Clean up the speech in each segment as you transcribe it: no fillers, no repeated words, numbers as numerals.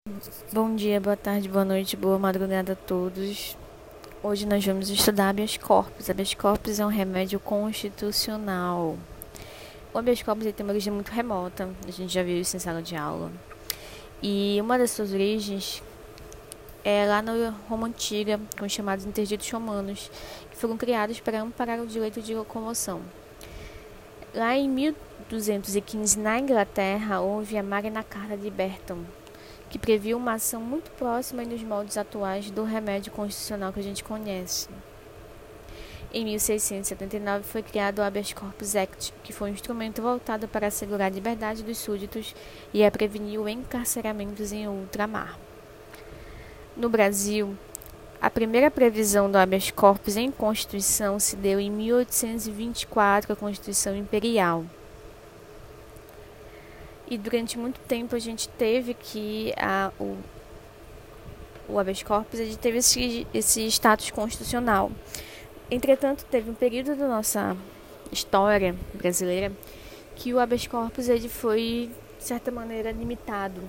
Bom dia, boa tarde, boa noite, boa madrugada a todos. Hoje nós vamos estudar habeas corpus. Habeas corpus é um remédio constitucional. O habeas corpus tem uma origem muito remota, a gente já viu isso em sala de aula. E uma das suas origens é lá na Roma Antiga, com os chamados interditos romanos, que foram criados para amparar o direito de locomoção. Lá em 1215, na Inglaterra, houve a Magna Carta de Berton, que previu uma ação muito próxima nos moldes atuais do remédio constitucional que a gente conhece. Em 1679 foi criado o Habeas Corpus Act, que foi um instrumento voltado para assegurar a liberdade dos súditos e a prevenir o encarceramentos em ultramar. No Brasil, a primeira previsão do habeas corpus em Constituição se deu em 1824, a Constituição Imperial. E durante muito tempo a gente teve que o habeas corpus ele teve esse status constitucional. Entretanto, teve um período da nossa história brasileira que o habeas corpus ele foi, de certa maneira, limitado.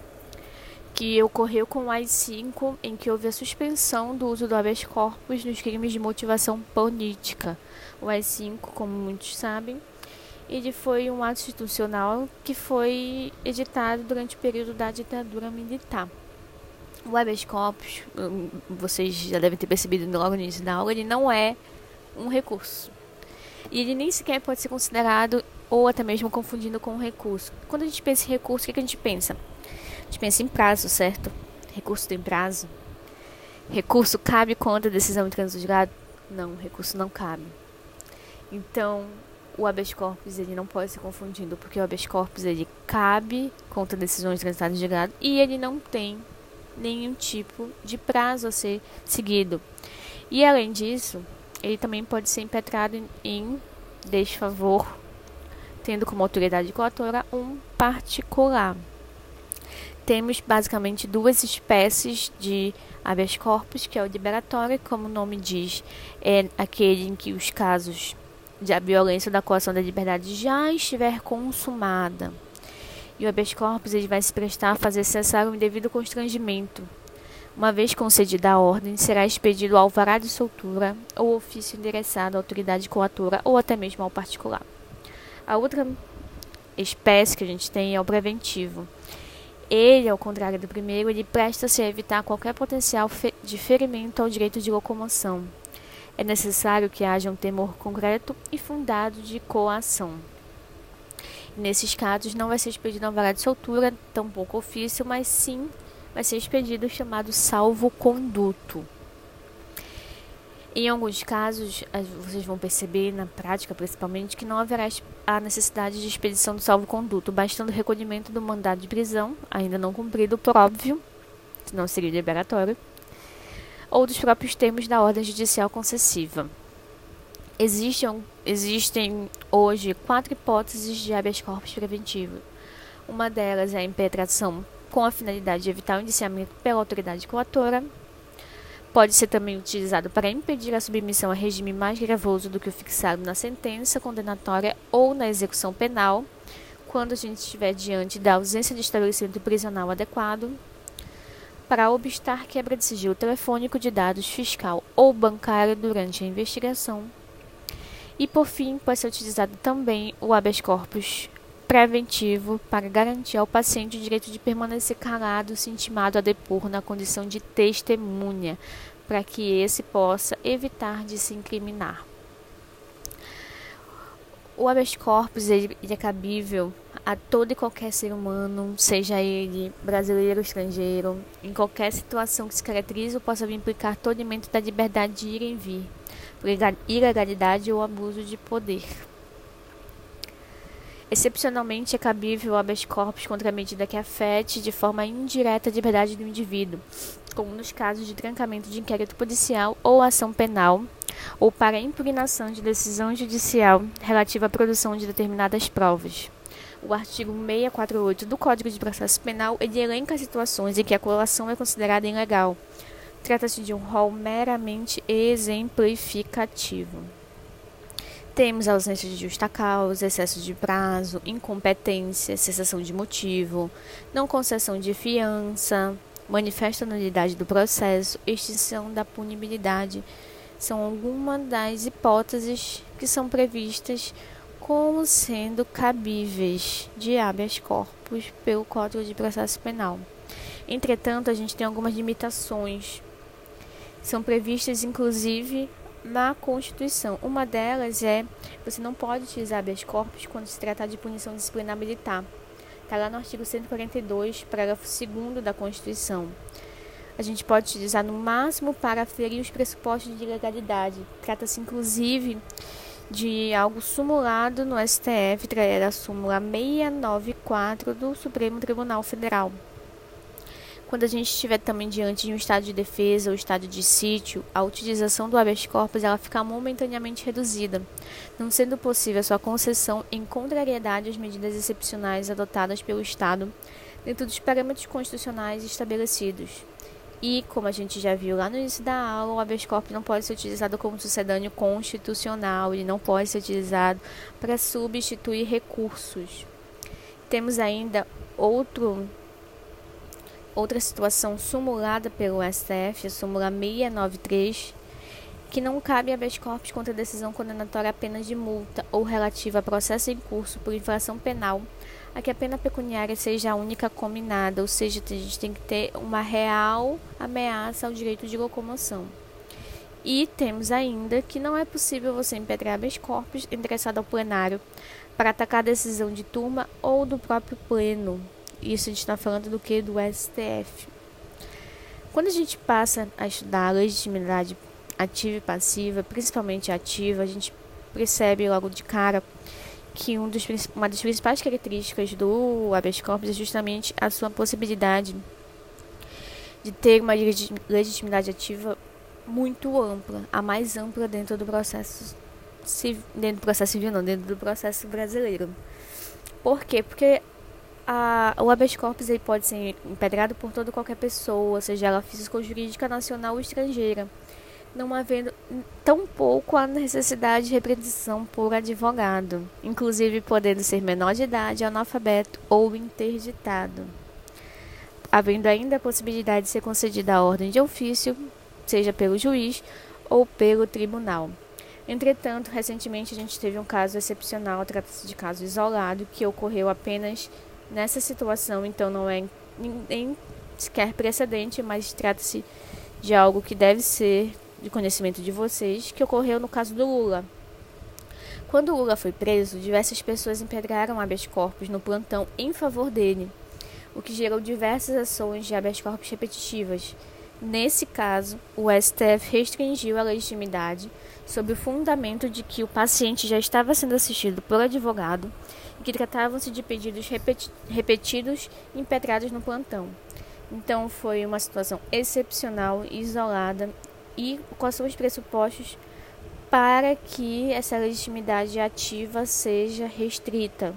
Que ocorreu com o AI-5, em que houve a suspensão do uso do habeas corpus nos crimes de motivação política. O AI-5, como muitos sabem, ele foi um ato institucional que foi editado durante o período da ditadura militar. O habeas corpus, vocês já devem ter percebido logo no início da aula, ele não é um recurso. E ele nem sequer pode ser considerado ou até mesmo confundindo com um recurso. Quando a gente pensa em recurso, o que a gente pensa? A gente pensa em prazo, certo? Recurso tem prazo? Recurso cabe contra a decisão de trânsito julgado? Não, recurso não cabe. Então, o habeas corpus ele não pode ser confundido, porque o habeas corpus ele cabe contra decisões transitadas de grado e ele não tem nenhum tipo de prazo a ser seguido. E além disso, ele também pode ser impetrado em desfavor, tendo como autoridade coatora um particular. Temos basicamente duas espécies de habeas corpus, que é o liberatório, como o nome diz, é aquele em que os casos de a violência ou da coação da liberdade já estiver consumada. E o habeas corpus ele vai se prestar a fazer cessar o indevido constrangimento. Uma vez concedida a ordem, será expedido o alvará de soltura ou ofício endereçado à autoridade coatora ou até mesmo ao particular. A outra espécie que a gente tem é o preventivo. Ele, ao contrário do primeiro, ele presta-se a evitar qualquer potencial de ferimento ao direito de locomoção. É necessário que haja um temor concreto e fundado de coação. Nesses casos, não vai ser expedido alvará de soltura, tampouco ofício, mas sim vai ser expedido o chamado salvo-conduto. Em alguns casos, vocês vão perceber, na prática principalmente, que não haverá a necessidade de expedição do salvo-conduto, bastando o recolhimento do mandado de prisão, ainda não cumprido, por óbvio, senão seria liberatório, ou dos próprios termos da ordem judicial concessiva. Existem hoje 4 hipóteses de habeas corpus preventivo. Uma delas é a impetração com a finalidade de evitar o indiciamento pela autoridade coatora. Pode ser também utilizado para impedir a submissão a regime mais gravoso do que o fixado na sentença condenatória ou na execução penal, quando a gente estiver diante da ausência de estabelecimento prisional adequado, para obstar quebra de sigilo telefônico de dados fiscal ou bancário durante a investigação. E, por fim, pode ser utilizado também o habeas corpus preventivo para garantir ao paciente o direito de permanecer calado se intimado a depor na condição de testemunha, para que esse possa evitar de se incriminar. O habeas corpus ele é cabível a todo e qualquer ser humano, seja ele brasileiro ou estrangeiro, em qualquer situação que se caracterize ou possa implicar tolhimento da liberdade de ir e vir, por ilegalidade ou abuso de poder. Excepcionalmente, é cabível o habeas corpus contra a medida que afete de forma indireta a liberdade do indivíduo, como nos casos de trancamento de inquérito policial ou ação penal, ou para impugnação de decisão judicial relativa à produção de determinadas provas. O artigo 648 do Código de Processo Penal ele elenca situações em que a coação é considerada ilegal. Trata-se de um rol meramente exemplificativo. Temos a ausência de justa causa, excesso de prazo, incompetência, cessação de motivo, não concessão de fiança, manifesta nulidade do processo, extinção da punibilidade. São algumas das hipóteses que são previstas como sendo cabíveis de habeas corpus pelo Código de Processo Penal. Entretanto, a gente tem algumas limitações. São previstas, inclusive, na Constituição. Uma delas é: você não pode utilizar habeas corpus quando se tratar de punição disciplinar militar. Está lá no artigo 142, parágrafo 2º da Constituição. A gente pode utilizar no máximo para aferir os pressupostos de ilegalidade. Trata-se, inclusive, de algo sumulado no STF, era a súmula 694 do Supremo Tribunal Federal. Quando a gente estiver também diante de um estado de defesa ou estado de sítio, a utilização do habeas corpus ela fica momentaneamente reduzida, não sendo possível a sua concessão em contrariedade às medidas excepcionais adotadas pelo Estado dentro dos parâmetros constitucionais estabelecidos. E, como a gente já viu lá no início da aula, o habeas corpus não pode ser utilizado como sucedâneo constitucional, ele não pode ser utilizado para substituir recursos. Temos ainda outra situação sumulada pelo STF, a súmula 693, que não cabe habeas corpus contra decisão condenatória apenas de multa ou relativa a processo em curso por infração penal, a que a pena pecuniária seja a única cominada, ou seja, a gente tem que ter uma real ameaça ao direito de locomoção. E temos ainda que não é possível você impetrar habeas corpus endereçado ao plenário para atacar a decisão de turma ou do próprio pleno. Isso a gente está falando do que? Do STF. Quando a gente passa a estudar a legitimidade ativa e passiva, principalmente ativa, a gente percebe logo de cara que uma das principais características do habeas corpus é justamente a sua possibilidade de ter uma legitimidade ativa muito ampla, a mais ampla dentro do processo dentro do processo brasileiro. Por quê? Porque o habeas corpus ele pode ser impetrado por toda qualquer pessoa, seja ela física ou jurídica, nacional ou estrangeira, não havendo tampouco a necessidade de representação por advogado, inclusive podendo ser menor de idade, analfabeto ou interditado, havendo ainda a possibilidade de ser concedida a ordem de ofício, seja pelo juiz ou pelo tribunal. Entretanto, recentemente a gente teve um caso excepcional, trata-se de caso isolado, que ocorreu apenas nessa situação, então não é nem sequer precedente, mas trata-se de algo que deve ser de conhecimento de vocês, que ocorreu no caso do Lula. Quando o Lula foi preso, diversas pessoas impetraram habeas corpus no plantão em favor dele, o que gerou diversas ações de habeas corpus repetitivas. Nesse caso, o STF restringiu a legitimidade sob o fundamento de que o paciente já estava sendo assistido por advogado e que tratavam-se de pedidos repetidos impetrados no plantão. Então, foi uma situação excepcional e isolada. E quais são os pressupostos para que essa legitimidade ativa seja restrita?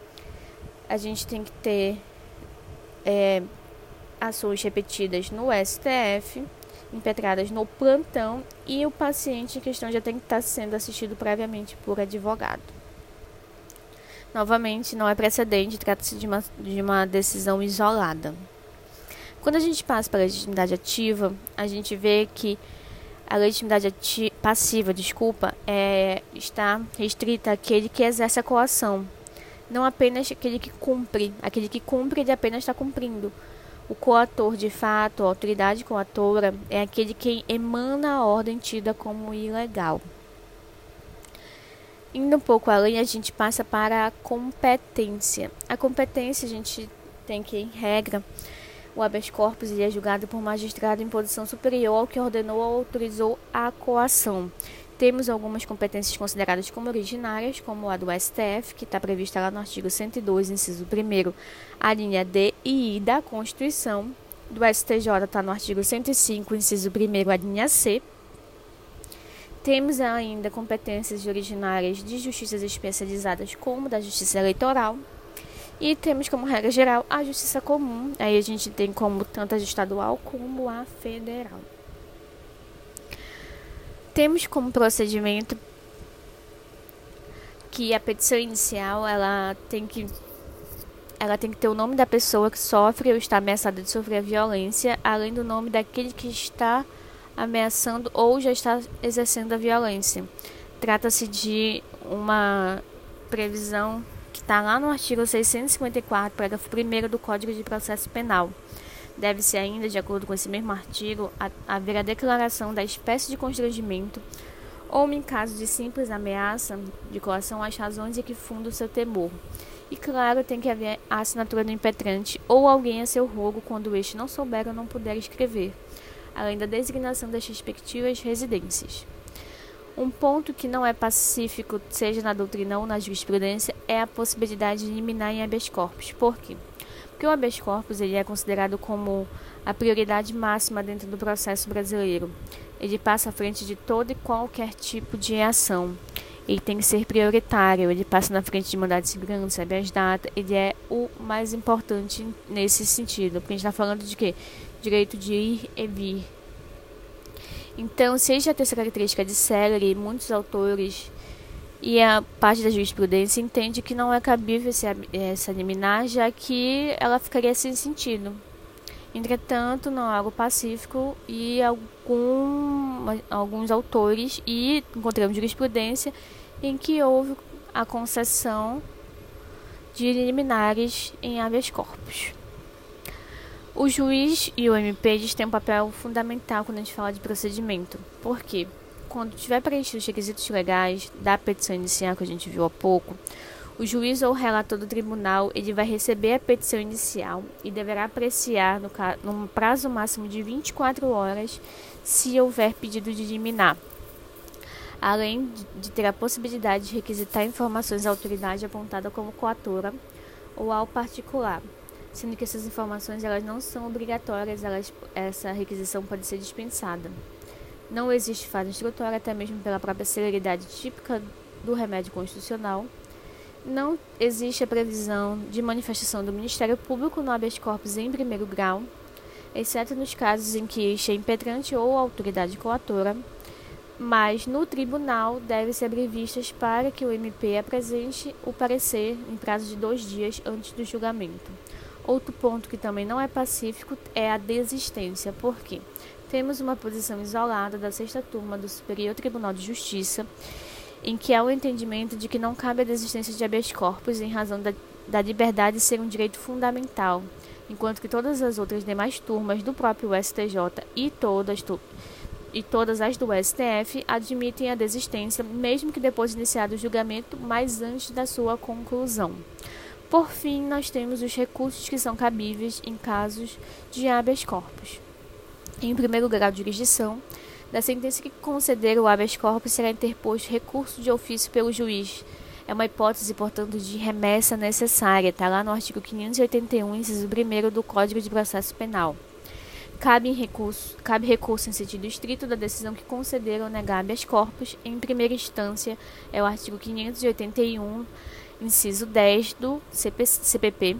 A gente tem que ter ações repetidas no STF, impetradas no plantão, e o paciente em questão já tem que estar sendo assistido previamente por advogado. Novamente, não é precedente, trata-se de uma decisão isolada. Quando a gente passa para a legitimidade ativa, a gente vê que a legitimidade passiva, está restrita àquele que exerce a coação, não apenas aquele que cumpre. Aquele que cumpre, ele apenas está cumprindo. O coator, de fato, a autoridade coatora, é aquele que emana a ordem tida como ilegal. Indo um pouco além, a gente passa para a competência. A competência, a gente tem que, em regra, o habeas corpus ele é julgado por magistrado em posição superior ao que ordenou ou autorizou a coação. Temos algumas competências consideradas como originárias, como a do STF, que está prevista lá no artigo 102, inciso 1º, a linha D e I da Constituição. Do STJ está no artigo 105, inciso 1º, a linha C. Temos ainda competências originárias de justiças especializadas, como da Justiça Eleitoral. E temos como regra geral a justiça comum, aí a gente tem como tanto a estadual como a federal. Temos como procedimento que a petição inicial ela tem que ter o nome da pessoa que sofre ou está ameaçada de sofrer a violência, além do nome daquele que está ameaçando ou já está exercendo a violência. Trata-se de uma previsão que está lá no artigo 654, parágrafo 1º do Código de Processo Penal. Deve-se ainda, de acordo com esse mesmo artigo, haver a declaração da espécie de constrangimento ou, em caso de simples ameaça, de coação às razões em que funda o seu temor. E, claro, tem que haver a assinatura do impetrante ou alguém a seu rogo quando este não souber ou não puder escrever, além da designação das respectivas residências. Um ponto que não é pacífico, seja na doutrina ou na jurisprudência, é a possibilidade de liminar em habeas corpus. Por quê? Porque o habeas corpus ele é considerado como a prioridade máxima dentro do processo brasileiro. Ele passa à frente de todo e qualquer tipo de ação. Ele tem que ser prioritário, ele passa na frente de mandado de segurança, habeas data, ele é o mais importante nesse sentido. Porque a gente está falando de quê? Direito de ir e vir. Então, se já tem essa característica de célere, muitos autores e a parte da jurisprudência entende que não é cabível essa liminar, já que ela ficaria sem sentido. Entretanto, não é algo pacífico e alguns autores, e encontramos jurisprudência em que houve a concessão de liminares em habeas corpus. O juiz e o MP eles têm um papel fundamental quando a gente fala de procedimento. Por quê? Quando tiver preenchido os requisitos legais da petição inicial que a gente viu há pouco, o juiz ou o relator do tribunal ele vai receber a petição inicial e deverá apreciar no prazo máximo de 24 horas se houver pedido de liminar, além de ter a possibilidade de requisitar informações à autoridade apontada como coatora ou ao particular, sendo que essas informações elas não são obrigatórias, essa requisição pode ser dispensada. Não existe fase instrutória, até mesmo pela própria celeridade típica do remédio constitucional. Não existe a previsão de manifestação do Ministério Público no habeas corpus em primeiro grau, exceto nos casos em que este é impetrante ou autoridade coatora, mas no tribunal deve-se abrir vistas para que o MP apresente o parecer em prazo de 2 dias antes do julgamento. Outro ponto que também não é pacífico é a desistência. Por quê? Temos uma posição isolada da 6ª turma do Superior Tribunal de Justiça, em que há o entendimento de que não cabe a desistência de habeas corpus em razão da liberdade ser um direito fundamental, enquanto que todas as outras demais turmas do próprio STJ e todas as do STF admitem a desistência, mesmo que depois de iniciado o julgamento, mas antes da sua conclusão. Por fim, nós temos os recursos que são cabíveis em casos de habeas corpus. Em primeiro grau de jurisdição, da sentença que conceder o habeas corpus será interposto recurso de ofício pelo juiz. É uma hipótese, portanto, de remessa necessária, está lá no artigo 581, inciso 1º do Código de Processo Penal. Cabe recurso em sentido estrito da decisão que conceder ou negar habeas corpus. Em primeira instância, é o artigo 581, inciso 10 do CPP.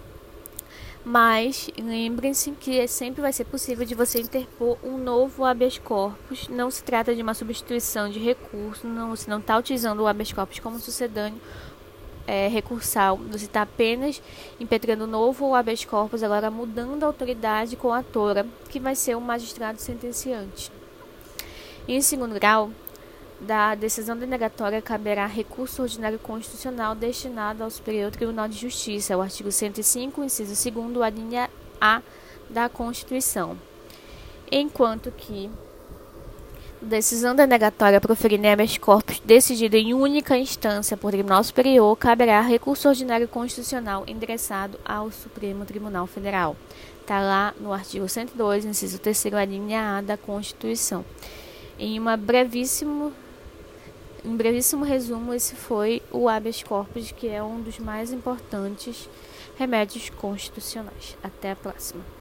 Mas lembrem-se que sempre vai ser possível de você interpor um novo habeas corpus. Não se trata de uma substituição de recurso, você não está utilizando o habeas corpus como sucedâneo recursal. Você está apenas impetrando um novo habeas corpus, agora mudando a autoridade coatora, que vai ser o magistrado sentenciante. Em segundo grau, da decisão denegatória caberá recurso ordinário constitucional destinado ao Superior Tribunal de Justiça, o artigo 105, inciso 2º, a linha A da Constituição. Enquanto que decisão denegatória proferida em habeas corpus decidida em única instância por Tribunal Superior, caberá recurso ordinário constitucional endereçado ao Supremo Tribunal Federal. Está lá no artigo 102, inciso 3º, a linha A da Constituição. Em um brevíssimo resumo, esse foi o habeas corpus, que é um dos mais importantes remédios constitucionais. Até a próxima.